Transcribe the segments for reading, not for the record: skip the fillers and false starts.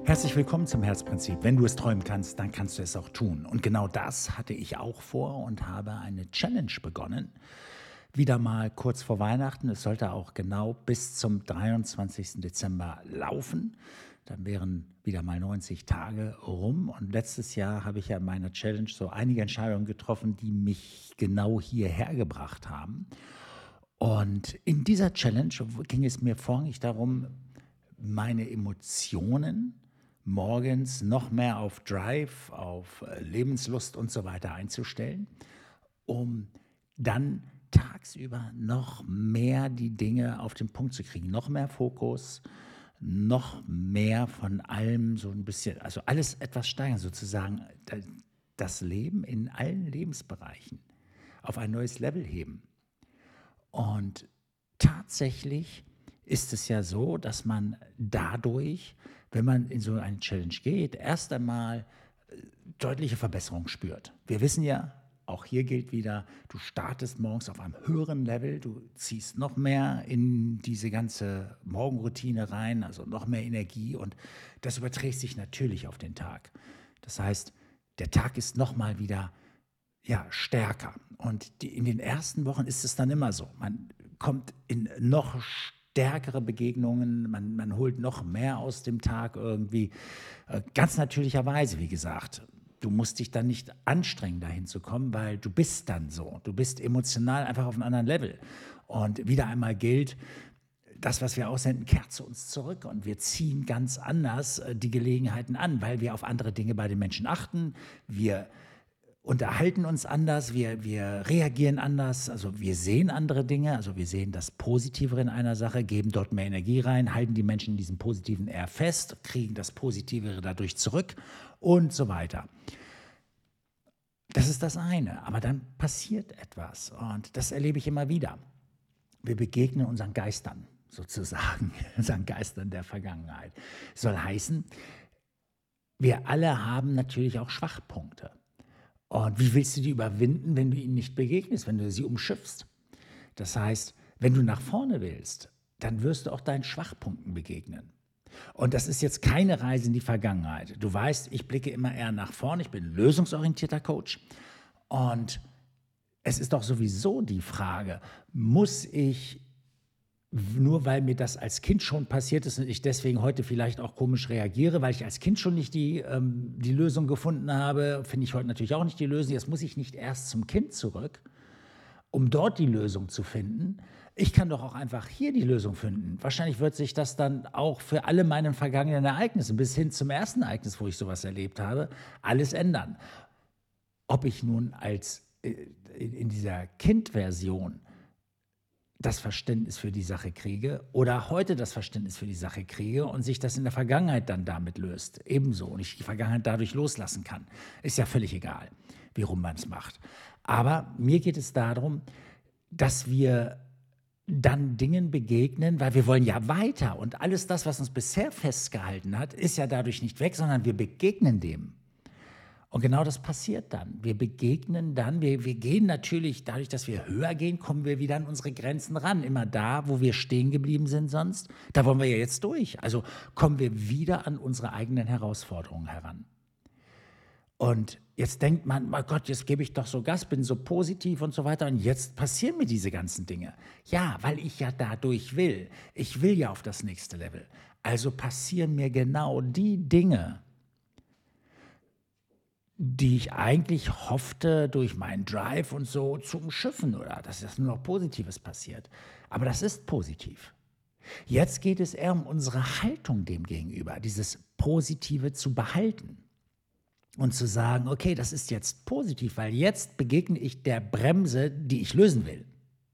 Herzlich willkommen zum Herzprinzip. Wenn du es träumen kannst, dann kannst du es auch tun. Und genau das hatte ich auch vor und habe eine Challenge begonnen. Wieder mal kurz vor Weihnachten. Es sollte auch genau bis zum 23. Dezember laufen. Dann wären wieder mal 90 Tage rum. Und letztes Jahr habe ich ja in meiner Challenge so einige Entscheidungen getroffen, die mich genau hierher gebracht haben. Und in dieser Challenge ging es mir vorrangig darum, meine Emotionen morgens noch mehr auf Drive, auf Lebenslust und so weiter einzustellen, um dann tagsüber noch mehr die Dinge auf den Punkt zu kriegen, noch mehr Fokus, noch mehr von allem so ein bisschen, also alles etwas steigern, sozusagen das Leben in allen Lebensbereichen auf ein neues Level heben. Und tatsächlich ist es ja so, dass man dadurch, wenn man in so eine Challenge geht, erst einmal deutliche Verbesserungen spürt. Wir wissen ja, auch hier gilt wieder, du startest morgens auf einem höheren Level, du ziehst noch mehr in diese ganze Morgenroutine rein, also noch mehr Energie und das überträgt sich natürlich auf den Tag. Das heißt, der Tag ist noch mal wieder ja, stärker. Und in den ersten Wochen ist es dann immer so. Man kommt in noch stärkere Begegnungen, man holt noch mehr aus dem Tag irgendwie. Ganz natürlicherweise, wie gesagt. Du musst dich dann nicht anstrengen, dahin zu kommen, weil du bist dann so. Du bist emotional einfach auf einem anderen Level. Und wieder einmal gilt, das, was wir aussenden, kehrt zu uns zurück und wir ziehen ganz anders die Gelegenheiten an, weil wir auf andere Dinge bei den Menschen achten. Wir unterhalten uns anders, wir reagieren anders, also wir sehen andere Dinge, also wir sehen das Positive in einer Sache, geben dort mehr Energie rein, halten die Menschen in diesem Positiven eher fest, kriegen das Positive dadurch zurück und so weiter. Das ist das eine, aber dann passiert etwas und das erlebe ich immer wieder. Wir begegnen unseren Geistern sozusagen, unseren Geistern der Vergangenheit. Soll heißen, wir alle haben natürlich auch Schwachpunkte. Und wie willst du die überwinden, wenn du ihnen nicht begegnest, wenn du sie umschiffst? Das heißt, wenn du nach vorne willst, dann wirst du auch deinen Schwachpunkten begegnen. Und das ist jetzt keine Reise in die Vergangenheit. Du weißt, ich blicke immer eher nach vorne. Ich bin ein lösungsorientierter Coach. Und es ist doch sowieso die Frage, muss ich, nur weil mir das als Kind schon passiert ist und ich deswegen heute vielleicht auch komisch reagiere, weil ich als Kind schon nicht die Lösung gefunden habe, finde ich heute natürlich auch nicht die Lösung. Jetzt muss ich nicht erst zum Kind zurück, um dort die Lösung zu finden. Ich kann doch auch einfach hier die Lösung finden. Wahrscheinlich wird sich das dann auch für alle meine vergangenen Ereignisse, bis hin zum ersten Ereignis, wo ich sowas erlebt habe, alles ändern. Ob ich nun in dieser Kindversion das Verständnis für die Sache kriege oder heute das Verständnis für die Sache kriege und sich das in der Vergangenheit dann damit löst, ebenso, und ich die Vergangenheit dadurch loslassen kann, ist ja völlig egal, wie rum man es macht. Aber mir geht es darum, dass wir dann Dingen begegnen, weil wir wollen ja weiter und alles das, was uns bisher festgehalten hat, ist ja dadurch nicht weg, sondern wir begegnen dem. Und genau das passiert dann. Wir begegnen dann, wir gehen natürlich, dadurch, dass wir höher gehen, kommen wir wieder an unsere Grenzen ran. Immer da, wo wir stehen geblieben sind sonst, da wollen wir ja jetzt durch. Also kommen wir wieder an unsere eigenen Herausforderungen heran. Und jetzt denkt man, mein Gott, jetzt gebe ich doch so Gas, bin so positiv und so weiter und jetzt passieren mir diese ganzen Dinge. Ja, weil ich ja dadurch will. Ich will ja auf das nächste Level. Also passieren mir genau die Dinge, die ich eigentlich hoffte, durch meinen Drive und so zu umschiffen oder dass das nur noch Positives passiert. Aber das ist positiv. Jetzt geht es eher um unsere Haltung dem gegenüber, dieses Positive zu behalten und zu sagen, okay, das ist jetzt positiv, weil jetzt begegne ich der Bremse, die ich lösen will.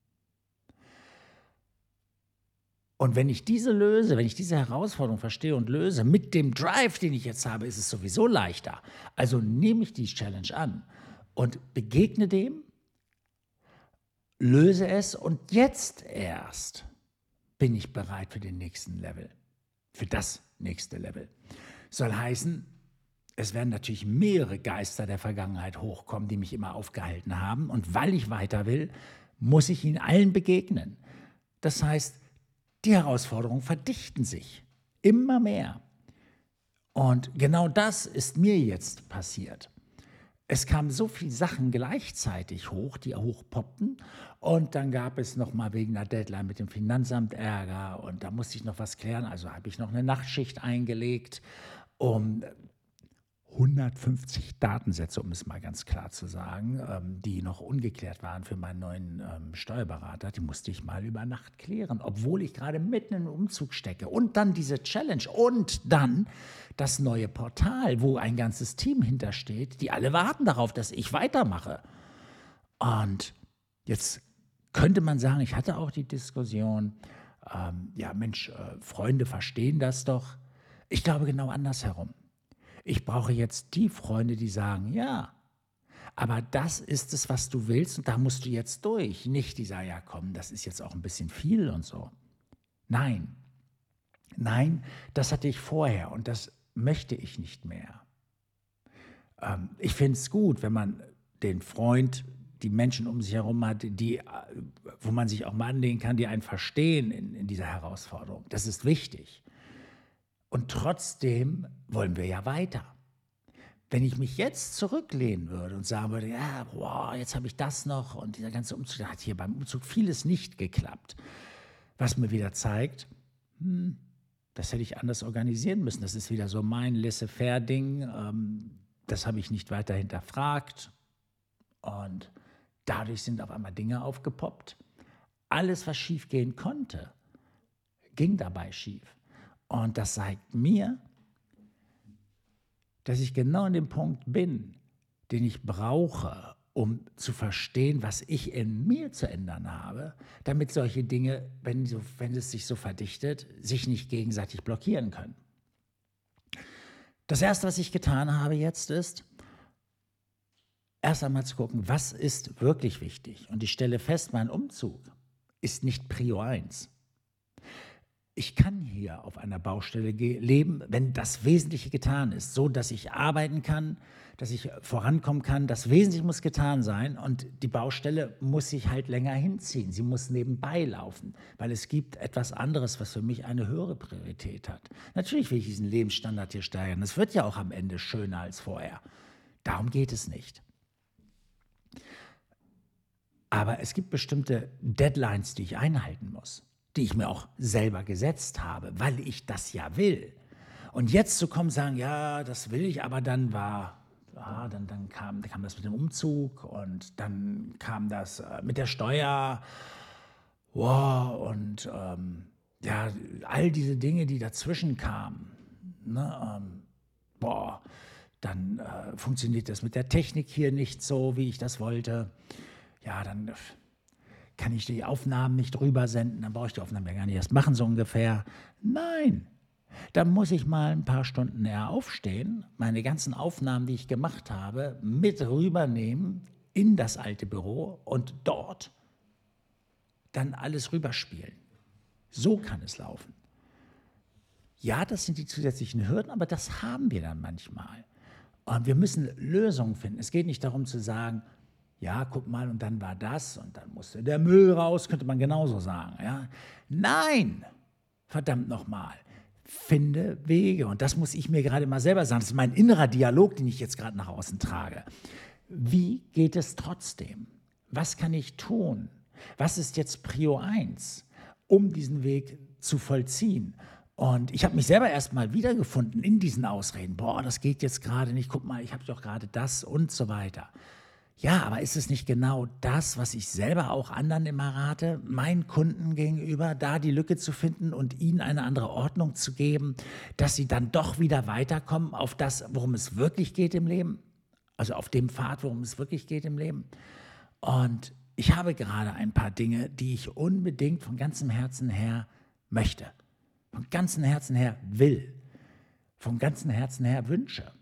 Und wenn ich diese löse, wenn ich diese Herausforderung verstehe und löse, mit dem Drive, den ich jetzt habe, ist es sowieso leichter. Also nehme ich die Challenge an und begegne dem, löse es und jetzt erst bin ich bereit für den nächsten Level, für das nächste Level. Soll heißen, es werden natürlich mehrere Geister der Vergangenheit hochkommen, die mich immer aufgehalten haben. Und weil ich weiter will, muss ich ihnen allen begegnen. Das heißt, die Herausforderungen verdichten sich immer mehr. Und genau das ist mir jetzt passiert. Es kamen so viele Sachen gleichzeitig hoch, die hochpoppten. Und dann gab es noch mal wegen einer Deadline mit dem Finanzamt Ärger und da musste ich noch was klären. Also habe ich noch eine Nachtschicht eingelegt, um 150 Datensätze, um es mal ganz klar zu sagen, die noch ungeklärt waren für meinen neuen Steuerberater. Die musste ich mal über Nacht klären, obwohl ich gerade mitten im Umzug stecke. Und dann diese Challenge und dann das neue Portal, wo ein ganzes Team hintersteht, die alle warten darauf, dass ich weitermache. Und jetzt könnte man sagen, ich hatte auch die Diskussion, ja Mensch, Freunde verstehen das doch. Ich glaube genau andersherum. Ich brauche jetzt die Freunde, die sagen, ja, aber das ist es, was du willst und da musst du jetzt durch. Nicht die sagen, ja komm, das ist jetzt auch ein bisschen viel und so. Nein, nein, das hatte ich vorher und das möchte ich nicht mehr. Ich finde es gut, wenn man den Freund, die Menschen um sich herum hat, wo man sich auch mal anlehnen kann, die einen verstehen in dieser Herausforderung. Das ist wichtig. Und trotzdem wollen wir ja weiter. Wenn ich mich jetzt zurücklehnen würde und sagen würde, ja, boah, jetzt habe ich das noch und dieser ganze Umzug, da hat hier beim Umzug vieles nicht geklappt. Was mir wieder zeigt, das hätte ich anders organisieren müssen. Das ist wieder so mein Laissez-faire-Ding. Das habe ich nicht weiter hinterfragt. Und dadurch sind auf einmal Dinge aufgepoppt. Alles, was schief gehen konnte, ging dabei schief. Und das zeigt mir, dass ich genau an dem Punkt bin, den ich brauche, um zu verstehen, was ich in mir zu ändern habe, damit solche Dinge, wenn es sich so verdichtet, sich nicht gegenseitig blockieren können. Das Erste, was ich getan habe jetzt, ist, erst einmal zu gucken, was ist wirklich wichtig. Und ich stelle fest, mein Umzug ist nicht Prio 1. Ich kann hier auf einer Baustelle leben, wenn das Wesentliche getan ist, so dass ich arbeiten kann, dass ich vorankommen kann. Das Wesentliche muss getan sein und die Baustelle muss sich halt länger hinziehen. Sie muss nebenbei laufen, weil es gibt etwas anderes, was für mich eine höhere Priorität hat. Natürlich will ich diesen Lebensstandard hier steigern. Es wird ja auch am Ende schöner als vorher. Darum geht es nicht. Aber es gibt bestimmte Deadlines, die ich einhalten muss, die ich mir auch selber gesetzt habe, weil ich das ja will. Und jetzt zu kommen und sagen, ja, das will ich, aber dann dann kam das mit dem Umzug und dann kam das mit der Steuer, wow, und ja, all diese Dinge, die dazwischen kamen, ne, dann funktioniert das mit der Technik hier nicht so, wie ich das wollte. Ja, dann kann ich die Aufnahmen nicht rübersenden, dann brauche ich die Aufnahmen ja gar nicht erst machen, so ungefähr. Nein, da muss ich mal ein paar Stunden eher aufstehen, meine ganzen Aufnahmen, die ich gemacht habe, mit rübernehmen in das alte Büro und dort dann alles rüberspielen. So kann es laufen. Ja, das sind die zusätzlichen Hürden, aber das haben wir dann manchmal. Und wir müssen Lösungen finden. Es geht nicht darum zu sagen, ja, guck mal, und dann war das und dann musste der Müll raus, könnte man genauso sagen. Ja? Nein, verdammt nochmal, finde Wege. Und das muss ich mir gerade mal selber sagen. Das ist mein innerer Dialog, den ich jetzt gerade nach außen trage. Wie geht es trotzdem? Was kann ich tun? Was ist jetzt Prio 1, um diesen Weg zu vollziehen? Und ich habe mich selber erst mal wiedergefunden in diesen Ausreden. Boah, das geht jetzt gerade nicht. Guck mal, ich habe doch gerade das und so weiter. Ja, aber ist es nicht genau das, was ich selber auch anderen immer rate, meinen Kunden gegenüber, da die Lücke zu finden und ihnen eine andere Ordnung zu geben, dass sie dann doch wieder weiterkommen auf das, worum es wirklich geht im Leben? Also auf dem Pfad, worum es wirklich geht im Leben. Und ich habe gerade ein paar Dinge, die ich unbedingt von ganzem Herzen her möchte, von ganzem Herzen her will, von ganzem Herzen her wünsche.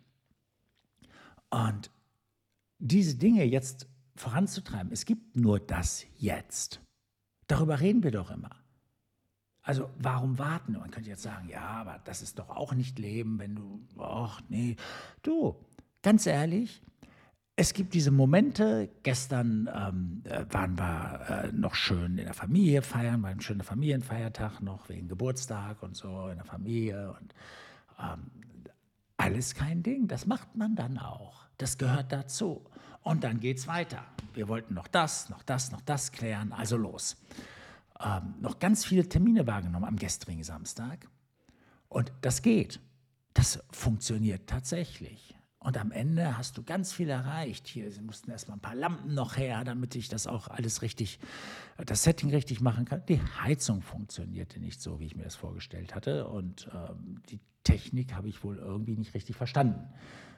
Und diese Dinge jetzt voranzutreiben, es gibt nur das Jetzt. Darüber reden wir doch immer. Also warum warten? Man könnte jetzt sagen, ja, aber das ist doch auch nicht Leben, wenn du, ach nee. Du, ganz ehrlich, es gibt diese Momente, gestern waren wir noch schön in der Familie feiern, war ein schöner Familienfeiertag noch, wegen Geburtstag und so in der Familie. Und Alles kein Ding, das macht man dann auch. Das gehört dazu. Und dann geht's weiter. Wir wollten noch das, noch das, noch das klären, also los. Noch ganz viele Termine wahrgenommen am gestrigen Samstag. Und das geht. Das funktioniert tatsächlich. Und am Ende hast du ganz viel erreicht. Hier, sie mussten erstmal ein paar Lampen noch her, damit ich das auch alles richtig, das Setting richtig machen kann. Die Heizung funktionierte nicht so, wie ich mir das vorgestellt hatte. Und die Technik habe ich wohl irgendwie nicht richtig verstanden.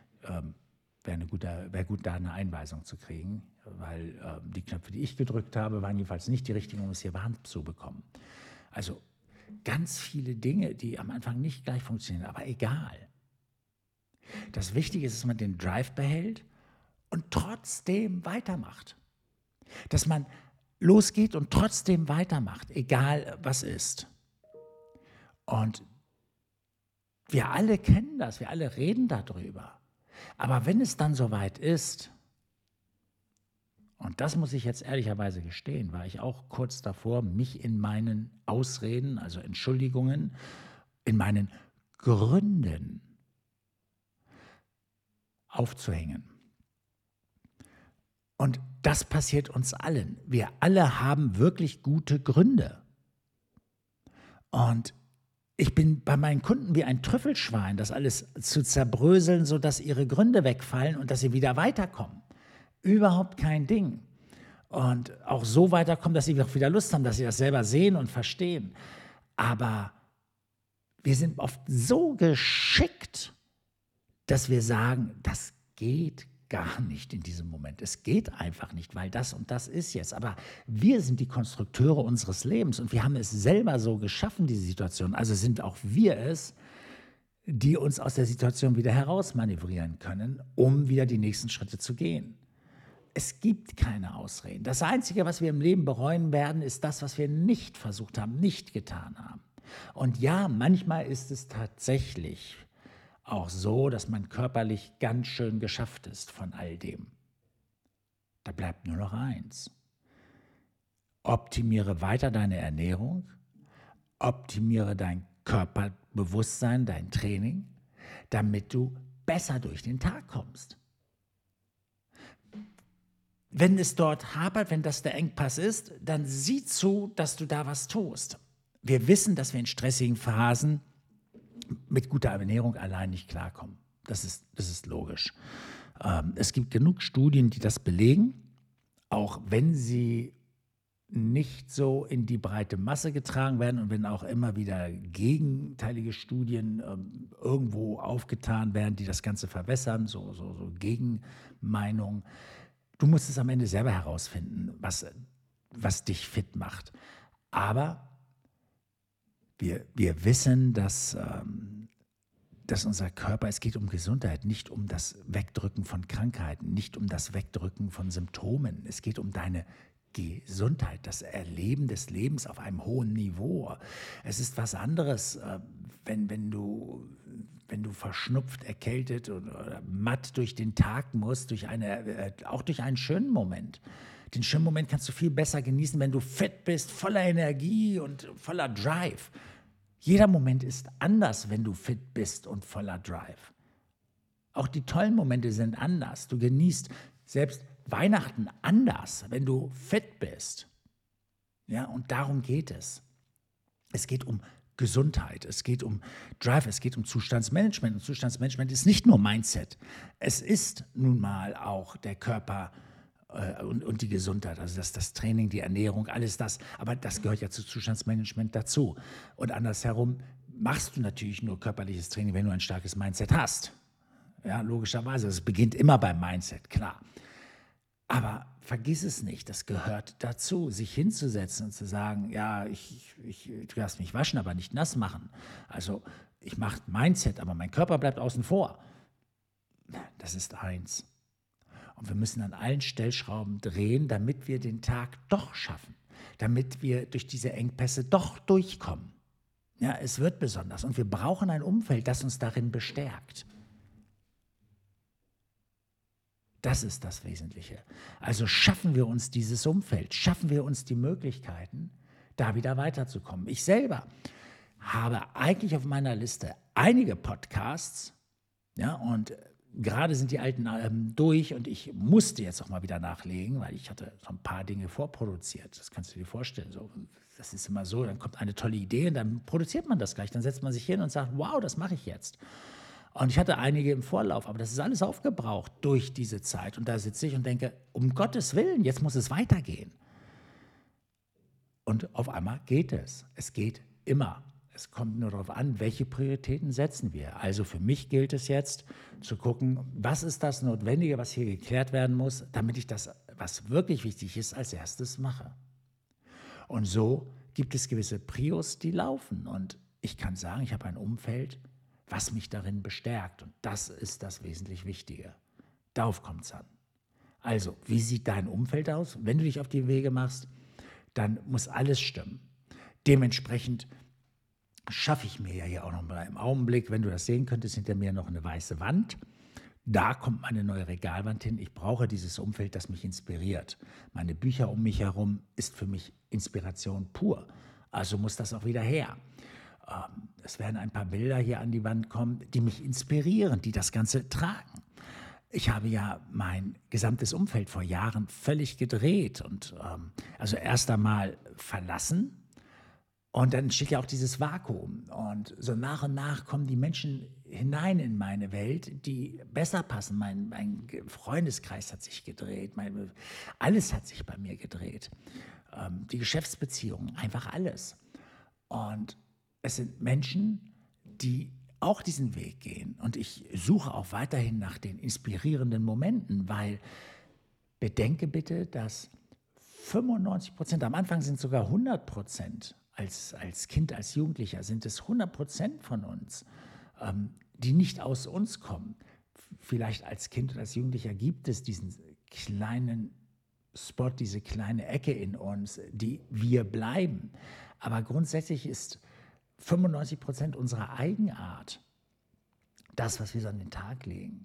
Wäre gut, da eine Einweisung zu kriegen, weil die Knöpfe, die ich gedrückt habe, waren jedenfalls nicht die richtigen, um es hier warm zu bekommen. Also ganz viele Dinge, die am Anfang nicht gleich funktionieren, aber egal. Das Wichtige ist, dass man den Drive behält und trotzdem weitermacht. Dass man losgeht und trotzdem weitermacht, egal was ist. Und wir alle kennen das, wir alle reden darüber. Aber wenn es dann soweit ist, und das muss ich jetzt ehrlicherweise gestehen, war ich auch kurz davor, mich in meinen Ausreden, also Entschuldigungen, in meinen Gründen aufzuhängen. Und das passiert uns allen. Wir alle haben wirklich gute Gründe. Und ich bin bei meinen Kunden wie ein Trüffelschwein, das alles zu zerbröseln, sodass ihre Gründe wegfallen und dass sie wieder weiterkommen. Überhaupt kein Ding. Und auch so weiterkommen, dass sie auch wieder Lust haben, dass sie das selber sehen und verstehen. Aber wir sind oft so geschickt, dass wir sagen, das geht gar nicht in diesem Moment. Es geht einfach nicht, weil das und das ist jetzt. Aber wir sind die Konstrukteure unseres Lebens und wir haben es selber so geschaffen, diese Situation. Also sind auch wir es, die uns aus der Situation wieder herausmanövrieren können, um wieder die nächsten Schritte zu gehen. Es gibt keine Ausreden. Das Einzige, was wir im Leben bereuen werden, ist das, was wir nicht versucht haben, nicht getan haben. Und ja, manchmal ist es tatsächlich auch so, dass man körperlich ganz schön geschafft ist von all dem. Da bleibt nur noch eins. Optimiere weiter deine Ernährung, optimiere dein Körperbewusstsein, dein Training, damit du besser durch den Tag kommst. Wenn es dort hapert, wenn das der Engpass ist, dann sieh zu, dass du da was tust. Wir wissen, dass wir in stressigen Phasen mit guter Ernährung allein nicht klarkommen. Das ist logisch. Es gibt genug Studien, die das belegen, auch wenn sie nicht so in die breite Masse getragen werden und wenn auch immer wieder gegenteilige Studien irgendwo aufgetan werden, die das Ganze verwässern, so Gegenmeinungen. Du musst es am Ende selber herausfinden, was dich fit macht. Aber wir wissen, dass unser Körper, es geht um Gesundheit, nicht um das Wegdrücken von Krankheiten, nicht um das Wegdrücken von Symptomen. Es geht um deine Gesundheit, das Erleben des Lebens auf einem hohen Niveau. Es ist was anderes, wenn du verschnupft, erkältet oder matt durch den Tag musst, auch durch einen schönen Moment. Den schönen Moment kannst du viel besser genießen, wenn du fit bist, voller Energie und voller Drive. Jeder Moment ist anders, wenn du fit bist und voller Drive. Auch die tollen Momente sind anders. Du genießt selbst Weihnachten anders, wenn du fit bist. Ja, und darum geht es. Es geht um Gesundheit, es geht um Drive, es geht um Zustandsmanagement. Und Zustandsmanagement ist nicht nur Mindset. Es ist nun mal auch der Körper und die Gesundheit, also das Training, die Ernährung, alles das. Aber das gehört ja zu Zustandsmanagement dazu. Und andersherum machst du natürlich nur körperliches Training, wenn du ein starkes Mindset hast. Ja, logischerweise. Es beginnt immer beim Mindset, klar. Aber vergiss es nicht, das gehört dazu, sich hinzusetzen und zu sagen, ja, du darfst mich waschen, aber nicht nass machen. Also ich mache Mindset, aber mein Körper bleibt außen vor. Das ist eins. Und wir müssen an allen Stellschrauben drehen, damit wir den Tag doch schaffen, damit wir durch diese Engpässe doch durchkommen. Ja, es wird besonders und wir brauchen ein Umfeld, das uns darin bestärkt. Das ist das Wesentliche. Also schaffen wir uns dieses Umfeld, schaffen wir uns die Möglichkeiten, da wieder weiterzukommen. Ich selber habe eigentlich auf meiner Liste einige Podcasts, Ja, und gerade sind die alten durch und ich musste jetzt auch mal wieder nachlegen, weil ich hatte so ein paar Dinge vorproduziert. Das kannst du dir vorstellen. So, das ist immer so, dann kommt eine tolle Idee und dann produziert man das gleich. Dann setzt man sich hin und sagt, wow, das mache ich jetzt. Und ich hatte einige im Vorlauf, aber das ist alles aufgebraucht durch diese Zeit. Und da sitze ich und denke, um Gottes Willen, jetzt muss es weitergehen. Und auf einmal geht es. Es geht immer. Es kommt nur darauf an, welche Prioritäten setzen wir. Also für mich gilt es jetzt zu gucken, was ist das Notwendige, was hier geklärt werden muss, damit ich das, was wirklich wichtig ist, als erstes mache. Und so gibt es gewisse Prios, die laufen. Und ich kann sagen, ich habe ein Umfeld, was mich darin bestärkt. Und das ist das wesentlich Wichtige. Darauf kommt es an. Also, wie sieht dein Umfeld aus? Wenn du dich auf die Wege machst, dann muss alles stimmen. Dementsprechend schaffe ich mir ja hier auch noch mal im Augenblick, wenn du das sehen könntest, hinter mir noch eine weiße Wand. Da kommt meine neue Regalwand hin. Ich brauche dieses Umfeld, das mich inspiriert. Meine Bücher um mich herum ist für mich Inspiration pur. Also muss das auch wieder her. Es werden ein paar Bilder hier an die Wand kommen, die mich inspirieren, die das Ganze tragen. Ich habe ja mein gesamtes Umfeld vor Jahren völlig gedreht und also erst einmal verlassen und dann entsteht ja auch dieses Vakuum und so nach und nach kommen die Menschen hinein in meine Welt, die besser passen. Mein Freundeskreis hat sich gedreht, alles hat sich bei mir gedreht. Die Geschäftsbeziehungen, einfach alles. Und es sind Menschen, die auch diesen Weg gehen. Und ich suche auch weiterhin nach den inspirierenden Momenten, weil bedenke bitte, dass 95%, am Anfang sind sogar 100%, als Kind, als Jugendlicher sind es 100% von uns, die nicht aus uns kommen. Vielleicht als Kind oder als Jugendlicher gibt es diesen kleinen Spot, diese kleine Ecke in uns, die wir bleiben. Aber grundsätzlich ist 95% unserer Eigenart, das, was wir so an den Tag legen,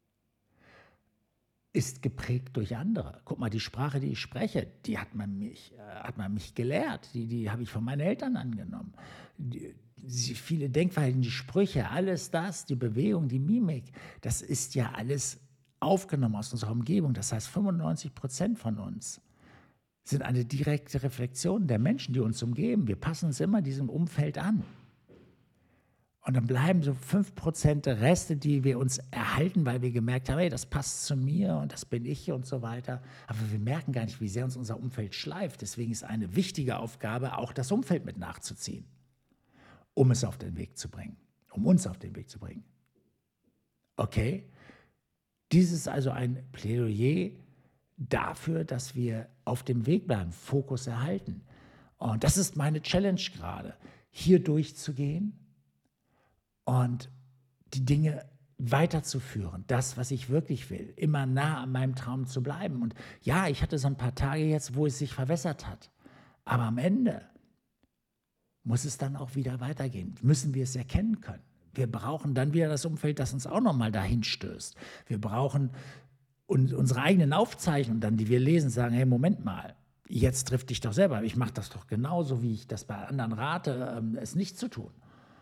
ist geprägt durch andere. Guck mal, die Sprache, die ich spreche, die hat man mich gelehrt. Die habe ich von meinen Eltern angenommen. Viele Denkweisen, die Sprüche, alles das, die Bewegung, die Mimik, das ist ja alles aufgenommen aus unserer Umgebung. Das heißt, 95% von uns sind eine direkte Reflexion der Menschen, die uns umgeben. Wir passen uns immer diesem Umfeld an. Und dann bleiben so 5% der Reste, die wir uns erhalten, weil wir gemerkt haben, hey, das passt zu mir und das bin ich und so weiter. Aber wir merken gar nicht, wie sehr uns unser Umfeld schleift. Deswegen ist eine wichtige Aufgabe, auch das Umfeld mit nachzuziehen, um es auf den Weg zu bringen, um uns auf den Weg zu bringen. Okay? Dies ist also ein Plädoyer dafür, dass wir auf dem Weg bleiben, Fokus erhalten. Und das ist meine Challenge gerade, hier durchzugehen und die Dinge weiterzuführen, das, was ich wirklich will, immer nah an meinem Traum zu bleiben. Und ja, ich hatte so ein paar Tage jetzt, wo es sich verwässert hat. Aber am Ende muss es dann auch wieder weitergehen, müssen wir es erkennen können. Wir brauchen dann wieder das Umfeld, das uns auch nochmal dahin stößt. Wir brauchen unsere eigenen Aufzeichnungen dann, die wir lesen, sagen, hey, Moment mal, jetzt trifft dich doch selber. Ich mache das doch genauso, wie ich das bei anderen rate, es nicht zu tun.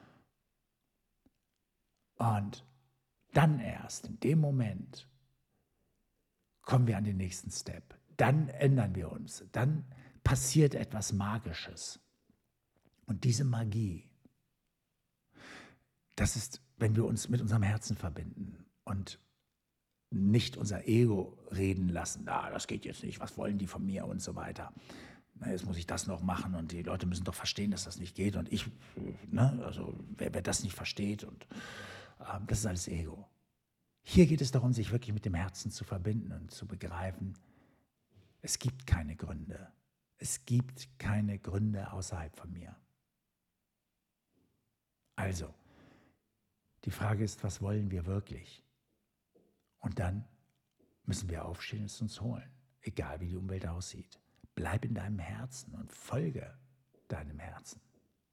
Und dann erst, in dem Moment, kommen wir an den nächsten Step. Dann ändern wir uns. Dann passiert etwas Magisches. Und diese Magie, das ist, wenn wir uns mit unserem Herzen verbinden und nicht unser Ego reden lassen. Das geht jetzt nicht, was wollen die von mir und so weiter. Jetzt muss ich das noch machen und die Leute müssen doch verstehen, dass das nicht geht. Und ich, also wer das nicht versteht, und das ist alles Ego. Hier geht es darum, sich wirklich mit dem Herzen zu verbinden und zu begreifen, es gibt keine Gründe. Es gibt keine Gründe außerhalb von mir. Also, die Frage ist, was wollen wir wirklich? Und dann müssen wir aufstehen und es uns holen, egal wie die Umwelt aussieht. Bleib in deinem Herzen und folge deinem Herzen.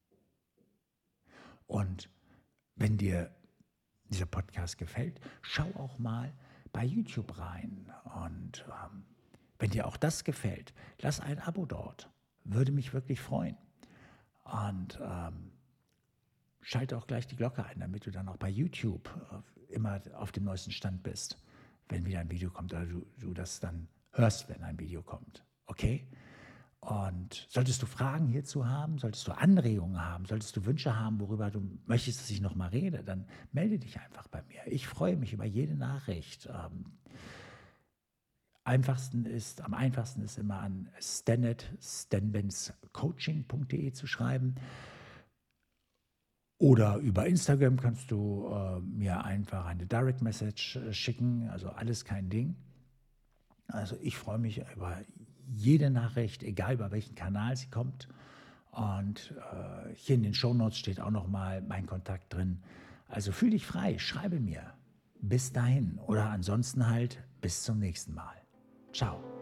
Und wenn dir dieser Podcast gefällt, schau auch mal bei YouTube rein. Und wenn dir auch das gefällt, lass ein Abo dort. Würde mich wirklich freuen. Und schalte auch gleich die Glocke ein, damit du dann auch bei YouTube immer auf dem neuesten Stand bist, wenn wieder ein Video kommt oder du das dann hörst, wenn ein Video kommt. Okay? Und solltest du Fragen hierzu haben, solltest du Anregungen haben, solltest du Wünsche haben, worüber du möchtest, dass ich nochmal rede, dann melde dich einfach bei mir. Ich freue mich über jede Nachricht. Am einfachsten ist immer an stanbenscoaching.de zu schreiben. Oder über Instagram kannst du mir einfach eine Direct Message schicken, also alles kein Ding. Also ich freue mich über jede Nachricht, egal über welchen Kanal sie kommt. Und hier in den Shownotes steht auch nochmal mein Kontakt drin. Also fühl dich frei, schreibe mir. Bis dahin oder ansonsten halt bis zum nächsten Mal. Ciao.